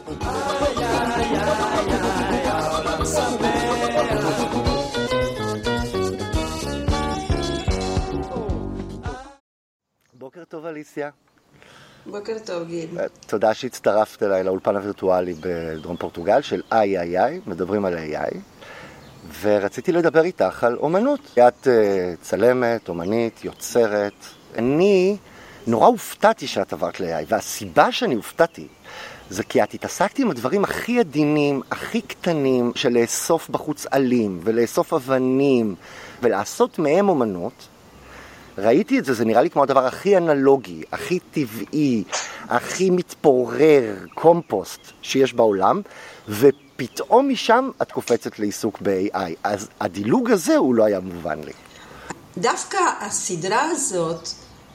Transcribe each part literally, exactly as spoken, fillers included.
בוקר טוב אליסיה. בוקר טוב גיל. תודה שהצטרפת אליי לאולפן הווירטואלי בדרום פורטוגל של איי איי איי, מדברים על איי איי, ורציתי לדבר איתך על אומנות. את uh, צלמת, אומנית, יוצרת. אני נורא הופתעתי שאת עברת ל-איי איי, והסיבה שאני הופתעתי זה כי את התעסקתי עם הדברים הכי עדינים, הכי קטנים, של לאסוף בחוץ עלים ולאסוף אבנים ולעשות מהם אומנות. ראיתי את זה, זה נראה לי כמו הדבר הכי אנלוגי, הכי טבעי, הכי מתפורר, קומפוסט שיש בעולם, ופתאום משם את קופצת לעיסוק ב-איי איי. אז הדילוג הזה הוא לא היה מובן לי. דווקא הסדרה הזאת,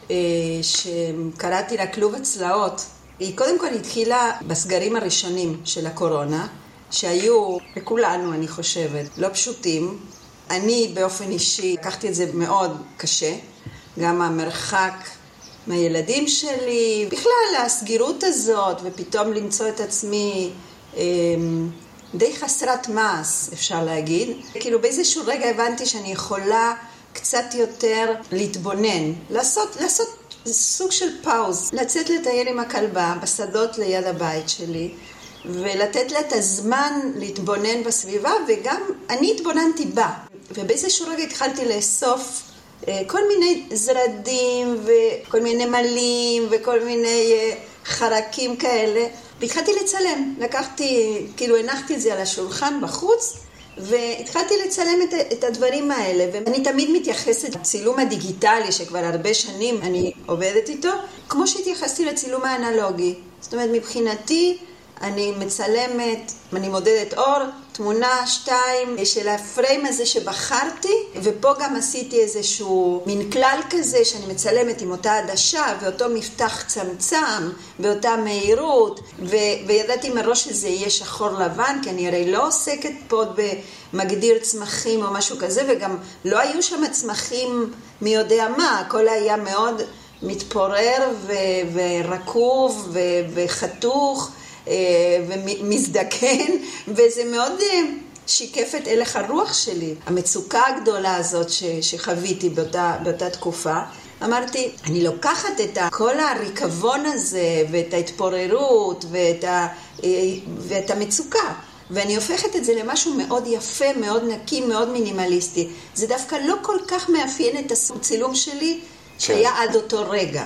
שקראתי לה כלוב הצלעות, היא קודם כל התחילה בסגרים הראשונים של הקורונה, שהיו לכולנו, אני חושבת, לא פשוטים. אני באופן אישי לקחתי את זה מאוד קשה, גם המרחק מהילדים שלי, בכלל הסגירות הזאת, ופתאום למצוא את עצמי אה, די חסרת מס, אפשר להגיד. כאילו באיזשהו רגע הבנתי שאני יכולה קצת יותר להתבונן, לעשות, לעשות סוג של פאוז, לצאת לטייל עם הכלבה בשדות ליד הבית שלי, ולתת לה את הזמן להתבונן בסביבה, וגם אני התבוננתי בה. ובאיזשהו רגע התחלתי לאסוף כל מיני זרדים וכל מיני מלים וכל מיני חרקים כאלה, והתחלתי לצלם. לקחתי, כאילו הנחתי את זה על השולחן בחוץ, והתחלתי לצלם את, את הדברים האלה. ואני תמיד מתייחסת לצילום הדיגיטלי, שכבר הרבה שנים אני עובדת איתו, כמו שהתייחסתי לצילום האנלוגי. זאת אומרת, מבחינתי אני מצלמת, אני מודדת אור, תמונה, שתיים, של הפריים הזה שבחרתי, ופה גם עשיתי איזשהו מין כלל כזה שאני מצלמת עם אותה עדשה, ואותו מפתח צמצם, ואותה מהירות, ו- וידעתי מראש שזה יהיה שחור לבן, כי אני הרי לא עוסקת פה במגדיר צמחים או משהו כזה, וגם לא היו שם צמחים מי יודע מה, הכל היה מאוד מתפורר ו- ורקוב ו- וחתוך, ומזדקן, וזה מאוד שיקף את הלך הרוח שלי. המצוקה הגדולה הזאת שחוויתי באותה, באותה תקופה, אמרתי, אני לוקחת את כל הריקבון הזה, ואת ההתפוררות, ואת, ה, ואת המצוקה, ואני הופכת את זה למשהו מאוד יפה, מאוד נקי, מאוד מינימליסטי. זה דווקא לא כל כך מאפיין את הצילום שלי, שהיה עד אותו רגע.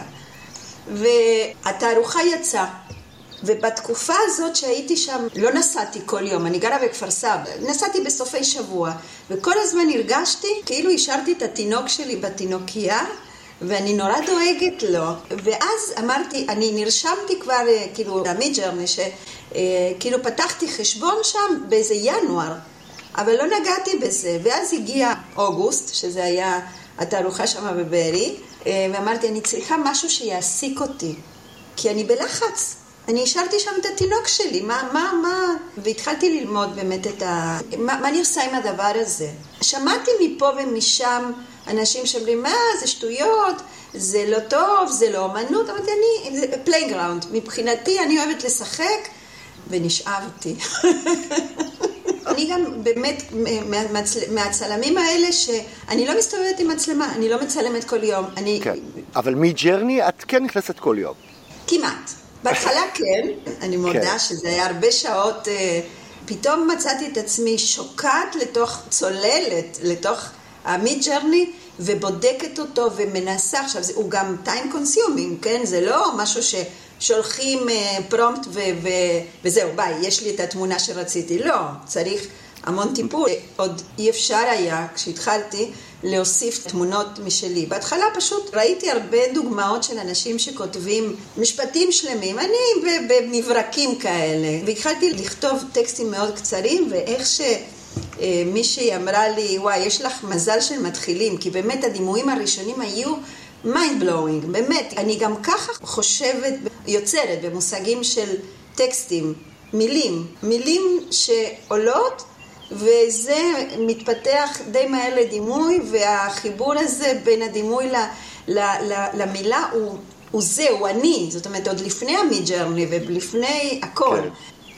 והתערוכה יצאה. ובתקופה הזאת שהייתי שם, לא נסעתי כל יום, אני גרה בכפר סבא, נסעתי בסופי שבוע, וכל הזמן הרגשתי כאילו השארתי את התינוק שלי בתינוקייה, ואני נורא דואגת לו. ואז אמרתי, אני נרשמתי כבר כאילו למידג'רני, שכאילו פתחתי חשבון שם באיזה ינואר, אבל לא נגעתי בזה. ואז הגיע אוגוסט, שזה היה התערוכה שם בבארי, ואמרתי, אני צריכה משהו שיעסיק אותי, כי אני בלחץ. אני השארתי שם את התינוק שלי, מה, מה, מה, והתחלתי ללמוד באמת את ה... מה, מה אני עושה עם הדבר הזה? שמעתי מפה ומשם אנשים שאומרים, מה, זה שטויות, זה לא טוב, זה לא אומנות, אמרתי, אני, זה פלייגראונד, מבחינתי אני אוהבת לשחק, ונשאבתי. אני גם באמת מהצלמים האלה שאני לא מסתובבת עם מצלמה, אני לא מצלמת כל יום. אני... כן, אבל מג'רני את כן נכנסת כל יום. כמעט. בהתחלה כן, אני מודה כן. שזה היה הרבה שעות, פתאום מצאתי את עצמי שוקעת לתוך צוללת, לתוך המידג'רני, ובודקת אותו ומנסה. עכשיו, הוא גם time consuming, כן? זה לא משהו ששולחים פרומפט ו- ו- וזהו, ביי, יש לי את התמונה שרציתי. לא, צריך המון טיפול. עוד אי אפשר היה, כשהתחלתי, להוסיף תמונות משלי. בהתחלה פשוט ראיתי הרבה דוגמאות של אנשים שכותבים משפטים שלמים, אני במברקים כאלה. והתחלתי לכתוב טקסטים מאוד קצרים, ואיך שמישהי אמרה לי, וואי, יש לך מזל של מתחילים, כי באמת הדימויים הראשונים היו mind blowing, באמת. אני גם ככה חושבת, יוצרת במושגים של טקסטים, מילים, מילים שעולות, וזה מתפתח די מהר לדימוי, והחיבור הזה בין הדימוי ל, ל, ל, למילה הוא, הוא זה, הוא אני. זאת אומרת, עוד לפני המידג'רני ולפני הכל.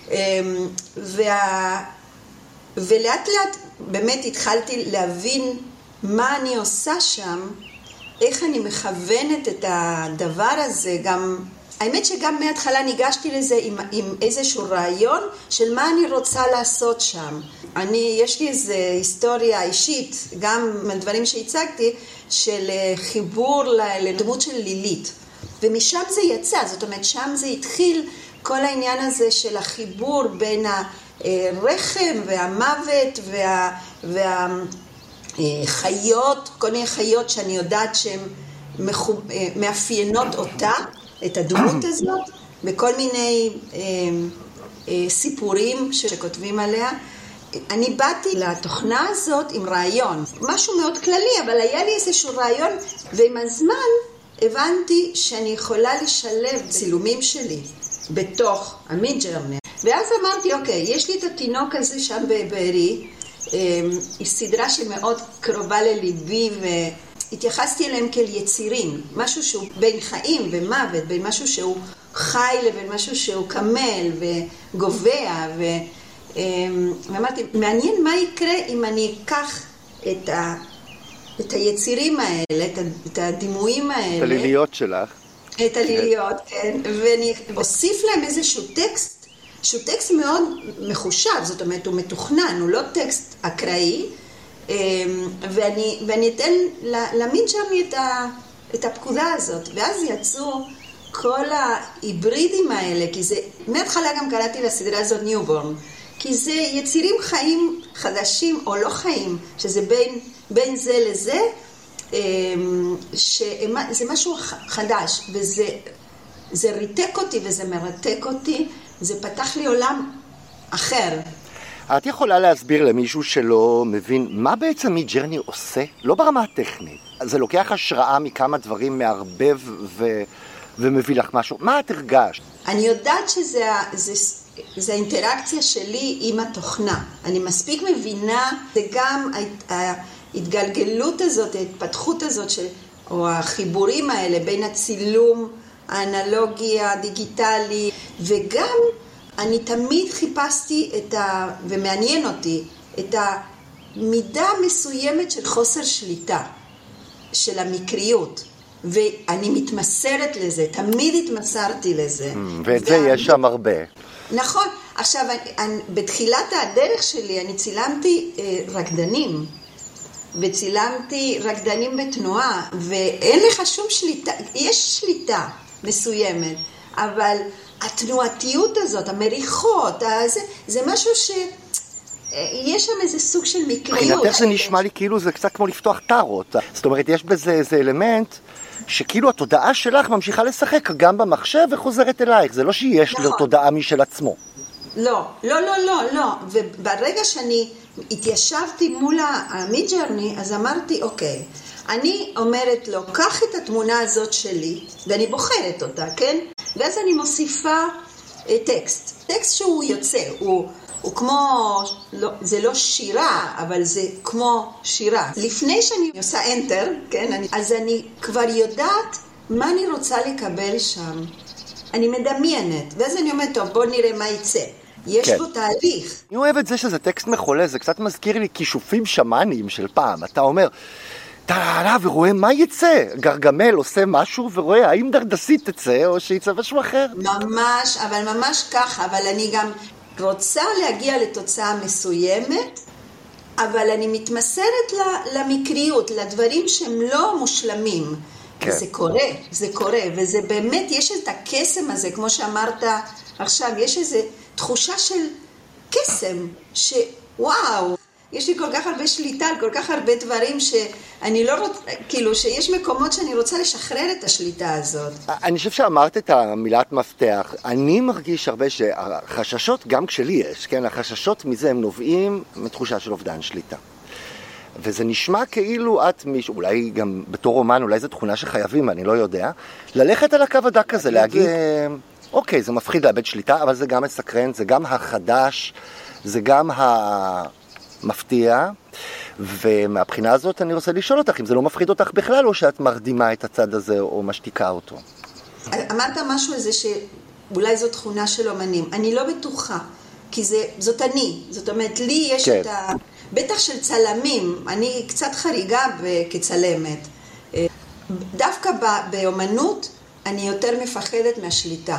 וה... ולאט לאט באמת התחלתי להבין מה אני עושה שם, איך אני מכוונת את הדבר הזה. גם, האמת שגם מההתחלה ניגשתי לזה עם, עם איזשהו רעיון של מה אני רוצה לעשות שם. אני, יש לי איזו היסטוריה אישית, גם מהדברים שהצגתי, של חיבור לדמות של לילית. ומשם זה יצא, זאת אומרת, שם זה התחיל כל העניין הזה של החיבור בין הרחם והמוות וה... וה חיות, כל מיני חיות שאני יודעת שהן מאפיינות אותה, את הדמות הזאת, בכל מיני אה, אה, סיפורים שכותבים עליה. אני באתי לתוכנה הזאת עם רעיון, משהו מאוד כללי, אבל היה לי איזשהו רעיון, ועם הזמן הבנתי שאני יכולה לשלב צילומים שלי בתוך המידג'רני. ואז אמרתי, אוקיי, יש לי את התינוק הזה שם בבארי, היא סדרה שמאוד קרובה לליבי, והתייחסתי אליהם כאל יצירים, משהו שהוא בין חיים ומוות, בין משהו שהוא חי לבין משהו שהוא קמל וגובע, ו... ואמרתי, מעניין מה יקרה אם אני אקח את, ה... את היצירים האלה, את הדימויים האלה, את הליליות שלך, את הליליות, כן, ואני אוסיף להם איזשהו טקסט, שהוא טקסט מאוד מחושב, זאת אומרת, הוא מתוכנן, הוא לא טקסט אקראי, ואני, ואני אתן למידג'רני את, ה, את הפקודה הזאת, ואז יצאו כל ההיברידים האלה, כי זה, מההתחלה גם קראתי לסדרה הזאת ניובורן, כי זה יצירים חיים חדשים או לא חיים, שזה בין, בין זה לזה, שזה משהו חדש, וזה זה ריתק אותי וזה מרתק אותי, זה פתח לי עולם אחר. את יכולה להסביר למישהו שלא מבין מה בעצם מידג'רני עושה? לא ברמה הטכנית. זה לוקח השראה מכמה דברים, מערבב ו... ומביא לך משהו. מה את הרגשת? אני יודעת שזה זה, זה האינטראקציה שלי עם התוכנה. אני מספיק מבינה, זה גם ההתגלגלות הזאת, ההתפתחות הזאת, של, או החיבורים האלה בין הצילום, האנלוגי, הדיגיטלי, וגם אני תמיד חיפשתי את ה... ומעניין אותי, את המידה מסוימת של חוסר שליטה, של המקריות. ואני מתמסרת לזה, תמיד התמסרתי לזה. ואת זה יש שם הרבה. נכון. עכשיו, אני, בתחילת הדרך שלי אני צילמתי אה, רקדנים, וצילמתי רקדנים בתנועה, ואין לך שום שליטה, יש שליטה מסוימת, אבל התנועתיות הזאת, המריחות, זה, זה משהו ש... יש שם איזה סוג של מקריות. מבחינתך זה נשמע לי כאילו זה קצת כמו לפתוח טארות. זאת אומרת, יש בזה איזה אלמנט שכאילו התודעה שלך ממשיכה לשחק גם במחשב וחוזרת אלייך. זה לא שיש לו תודעה משל עצמו. לא, לא, לא, לא, לא. וברגע שאני התיישבתי מול המידג'רני, אז אמרתי, אוקיי, אני אומרת לו, קח את התמונה הזאת שלי, ואני בוחרת אותה, כן? ואז אני מוסיפה טקסט. טקסט שהוא יוצא, הוא... הוא כמו, לא, זה לא שירה, אבל זה כמו שירה. לפני שאני עושה enter, כן, אני, אז אני כבר יודעת מה אני רוצה לקבל שם. אני מדמיינת, ואז אני אומרת, טוב, בוא נראה מה יצא. יש כן. בו תהליך. אני אוהב את זה שזה טקסט מחולה, זה קצת מזכיר לי כישופים שמאניים של פעם. אתה אומר, אתה עלה ורואה מה יצא. גרגמל עושה משהו ורואה האם דרדסית תצא או שיצא משהו אחר. ממש, אבל ממש ככה, אבל אני גם... רוצה להגיע לתוצאה מסוימת, אבל אני מתמסרת למקריות, לדברים שהם לא מושלמים. כן. וזה קורה, זה קורה, וזה באמת, יש את הקסם הזה, כמו שאמרת עכשיו, יש איזו תחושה של קסם, שוואו, יש לי כל כך הרבה שליטה על כל כך הרבה דברים שאני לא רוצה, כאילו שיש מקומות שאני רוצה לשחרר את השליטה הזאת. אני חושב שאמרת את המילת מפתח. אני מרגיש הרבה שהחששות, גם כשלי יש, כן, החששות מזה הם נובעים מתחושה של אובדן שליטה. וזה נשמע כאילו את מישהו, אולי גם בתור אומן, אולי זו תכונה שחייבים, אני לא יודע, ללכת על הקו הדק הזה, להגיד, אוקיי, זה מפחיד לאבד שליטה, אבל זה גם מסקרן, זה גם החדש, זה גם ה... מפתיע, ומהבחינה הזאת אני רוצה לשאול אותך אם זה לא מפחיד אותך בכלל או שאת מרדימה את הצד הזה או משתיקה אותו. אמרת משהו הזה אולי זו תכונה של אומנים. אני לא בטוחה, כי זה, זאת אני. זאת אומרת, לי יש כן. את ה... בטח של צלמים, אני קצת חריגה כצלמת. דווקא באומנות אני יותר מפחדת מהשליטה.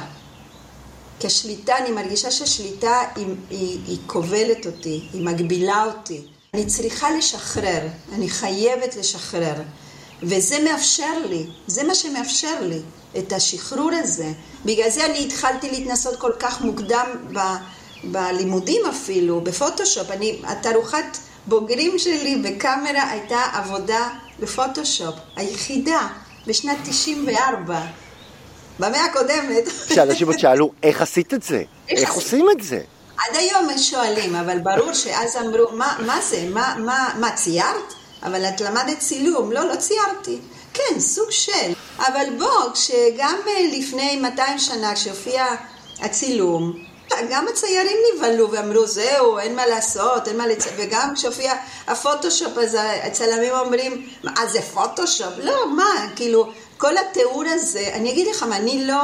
כי השליטה, אני מרגישה שהשליטה היא, היא, היא כובלת אותי, היא מגבילה אותי. אני צריכה לשחרר, אני חייבת לשחרר. וזה מאפשר לי, זה מה שמאפשר לי, את השחרור הזה. בגלל זה אני התחלתי להתנסות כל כך מוקדם ב, בלימודים אפילו, בפוטושופ. אני, התערוכת בוגרים שלי בקאמרה הייתה עבודה בפוטושופ, היחידה, בשנת תשעים וארבע. במאה הקודמת. שאנשים עוד שאלו, איך עשית את זה? איך עושים את זה? עד היום שואלים, אבל ברור שאז אמרו, מה, מה זה? מה, מה, מה, ציירת? אבל את למדת צילום. לא, לא ציירתי. כן, סוג של. אבל בוא, כשגם לפני מאתיים שנה, כשהופיע הצילום, גם הציירים נבהלו ואמרו, זהו, אין מה לעשות, אין מה לצ... וגם כשהופיע הפוטושופ, אז הצלמים אומרים, מה, זה פוטושופ? לא, מה, כאילו... כל התיאור הזה, אני אגיד לך, אני לא,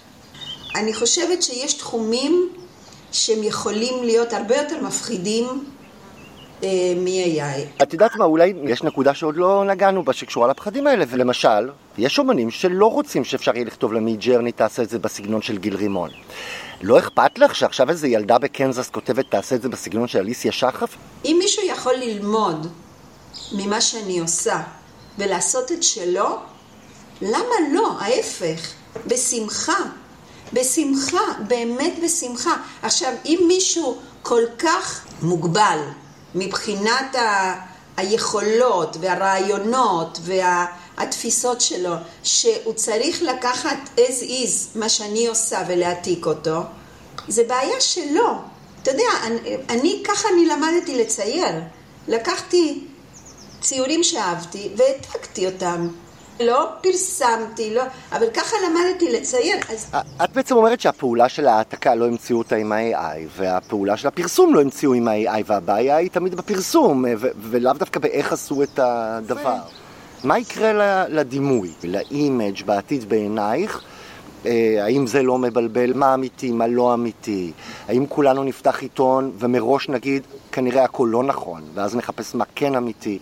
אני חושבת שיש תחומים שהם יכולים להיות הרבה יותר מפחידים אה, מ-איי איי. את יודעת מה, אולי יש נקודה שעוד לא נגענו בה שקשורה לפחדים האלה, ולמשל, יש אומנים שלא רוצים שאפשר יהיה לכתוב למידג'רני תעשה את זה בסגנון של גיל רימון. לא אכפת לך שעכשיו איזו ילדה בקנזס כותבת תעשה את זה בסגנון של אליסיה שחף? אם מישהו יכול ללמוד ממה שאני עושה ולעשות את שלו, למה לא? ההפך, בשמחה, בשמחה, באמת בשמחה. עכשיו, אם מישהו כל כך מוגבל מבחינת ה- היכולות והרעיונות והתפיסות שלו, שהוא צריך לקחת as is מה שאני עושה ולהעתיק אותו, זה בעיה שלו. אתה יודע, אני, אני ככה אני למדתי לצייר. לקחתי ציורים שאהבתי והעתקתי אותם. לא פרסמתי, לא, אבל ככה למדתי לצייר. אז... את בעצם אומרת שהפעולה של ההעתקה לא המציאו אותה עם ה-איי איי, והפעולה של הפרסום לא המציאו עם ה-איי איי, והבעיה היא תמיד בפרסום, ו- ולאו דווקא באיך עשו את הדבר. מה יקרה לדימוי, לאימג' בעתיד בעינייך? האם זה לא מבלבל? מה אמיתי, מה לא אמיתי? האם כולנו נפתח עיתון ומראש נגיד, כנראה הכל לא נכון, ואז נחפש מה כן אמיתי?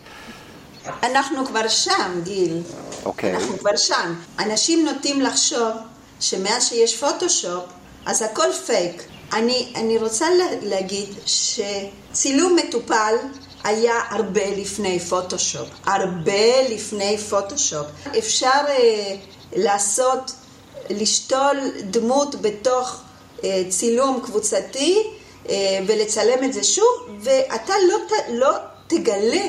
אנחנו כבר שם, גיל. אוקיי. אנחנו כבר שם. אנשים נוטים לחשוב שמאז שיש פוטושופ, אז הכל פייק. אני, אני רוצה להגיד שצילום מטופל היה הרבה לפני פוטושופ. הרבה לפני פוטושופ. אפשר אה, לעשות, לשתול דמות בתוך אה, צילום קבוצתי אה, ולצלם את זה שוב, ואתה לא, לא תגלה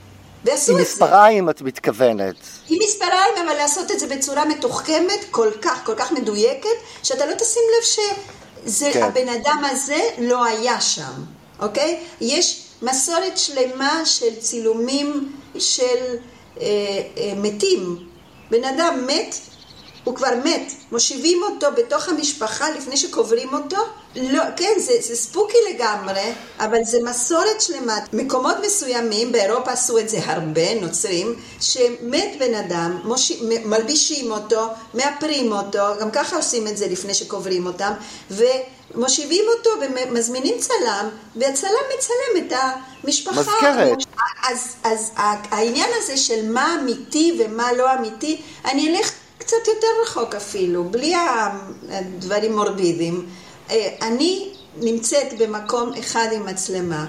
עם מספריים את מתכוונת. עם מספריים, אבל לעשות את זה בצורה מתוחכמת, כל כך, כל כך מדויקת, שאתה לא תשים לב שהבן אדם הזה לא היה שם, אוקיי? יש מסורת שלמה של צילומים של אה, אה, מתים. בן אדם מת, הוא כבר מת, מושיבים אותו בתוך המשפחה לפני שקוברים אותו. לא, כן, זה, זה ספוקי לגמרי, אבל זה מסורת שלמה. מקומות מסוימים, באירופה עשו את זה הרבה, נוצרים, שמת בן אדם, מוש... מלבישים אותו, מאפרים אותו, גם ככה עושים את זה לפני שקוברים אותם, ומושיבים אותו ומזמינים צלם, והצלם מצלם את המשפחה. מזכרת. אז, אז העניין הזה של מה אמיתי ומה לא אמיתי, אני אלך קצת יותר רחוק אפילו, בלי הדברים מורבידים. אני נמצאת במקום אחד עם מצלמה,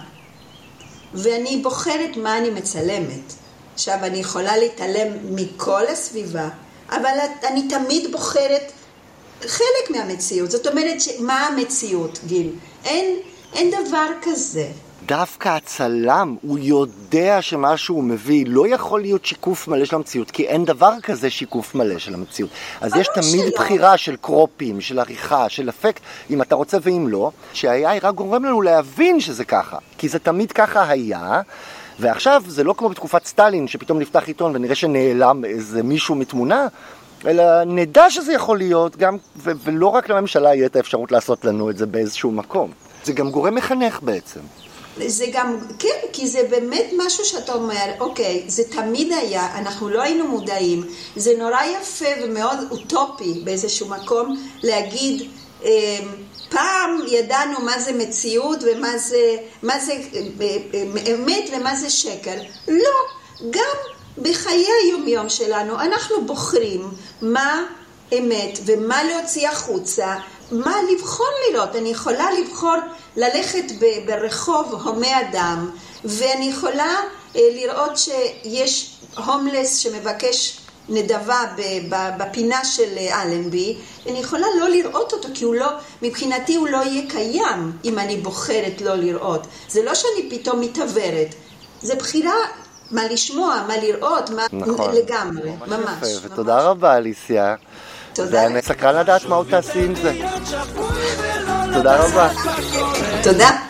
ואני בוחרת מה אני מצלמת. עכשיו, אני יכולה להתעלם מכל הסביבה, אבל אני תמיד בוחרת חלק מהמציאות. זאת אומרת, מה המציאות, גיל? אין, אין דבר כזה. דווקא הצלם, הוא יודע שמה שהוא מביא לא יכול להיות שיקוף מלא של המציאות, כי אין דבר כזה שיקוף מלא של המציאות. אז יש תמיד שלא. בחירה של קרופים, של עריכה, של אפקט, אם אתה רוצה ואם לא, שה-איי איי רק גורם לנו להבין שזה ככה, כי זה תמיד ככה היה, ועכשיו זה לא כמו בתקופת סטלין, שפתאום נפתח עיתון ונראה שנעלם איזה מישהו מתמונה, אלא נדע שזה יכול להיות, גם, ו- ולא רק לממשלה יהיה את האפשרות לעשות לנו את זה באיזשהו מקום. זה גם גורם מחנך בעצם. זה גם, כן, כי זה באמת משהו שאתה אומר, אוקיי, זה תמיד היה, אנחנו לא היינו מודעים, זה נורא יפה ומאוד אוטופי באיזשהו מקום להגיד פעם ידענו מה זה מציאות ומה זה, מה זה אמת ומה זה שקר. לא, גם בחיי היומיום שלנו אנחנו בוחרים מה אמת ומה להוציא החוצה, מה לבחור לראות. אני יכולה לבחור ללכת ברחוב הומי אדם, ואני יכולה לראות שיש הומלס שמבקש נדבה בפינה של אלנבי, אני יכולה לא לראות אותו, כי הוא לא, מבחינתי הוא לא יהיה קיים אם אני בוחרת לא לראות. זה לא שאני פתאום מתעברת, זה בחירה מה לשמוע, מה לראות, מה נכון. לגמרי, ממש. ממש. ותודה ממש. רבה, אליסיה. תודה. ואני סקרן לדעת מה עוד תעשי עם זה. תודה רבה. תודה.